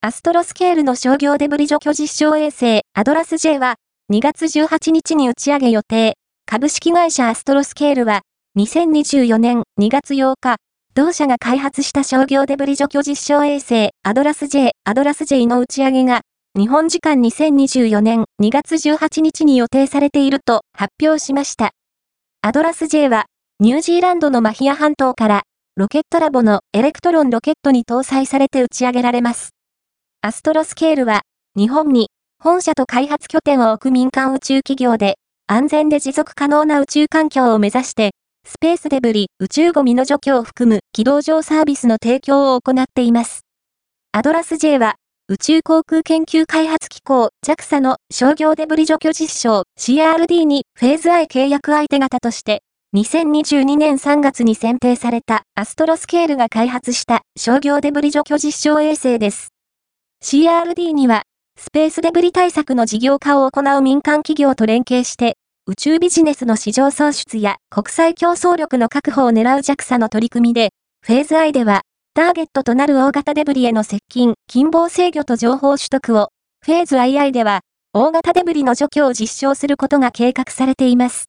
アストロスケールの商業デブリ除去実証衛星アドラス J は2月18日に打ち上げ予定。株式会社アストロスケールは2024年2月8日、同社が開発した商業デブリ除去実証衛星アドラス J の打ち上げが日本時間2024年2月18日に予定されていると発表しました。アドラス J はニュージーランドのマヒア半島からロケットラボのエレクトロンロケットに搭載されて打ち上げられます。アストロスケールは日本に本社と開発拠点を置く民間宇宙企業で安全で持続可能な宇宙環境を目指してスペースデブリ宇宙ゴミの除去を含む軌道上サービスの提供を行っています。アドラス J は宇宙航空研究開発機構 JAXA の商業デブリ除去実証 CRD にフェーズ I 契約相手方として2022年3月に選定されたアストロスケールが開発した商業デブリ除去実証衛星です。CRD にはスペースデブリ対策の事業化を行う民間企業と連携して宇宙ビジネスの市場創出や国際競争力の確保を狙う JAXA の取り組みで、フェーズ I ではターゲットとなる大型デブリへの接近、近傍制御と情報取得を、フェーズ II では大型デブリの除去を実証することが計画されています。